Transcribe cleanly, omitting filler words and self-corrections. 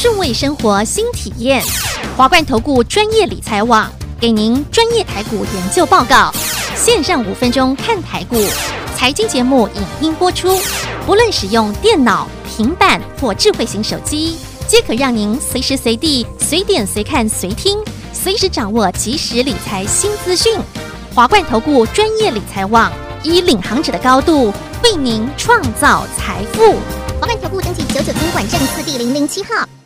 数位生活新体验。华冠投顾专业理财网给您专业台股研究报告，线上5分钟看台股，财经节目影音播出，不论使用电脑、平板或智慧型手机，皆可让您随时随地、随点随看随听，随时掌握即时理财新资讯。华冠投顾专业理财网以领航者的高度为您创造财富。 华冠投顾登记99金管证字第007号。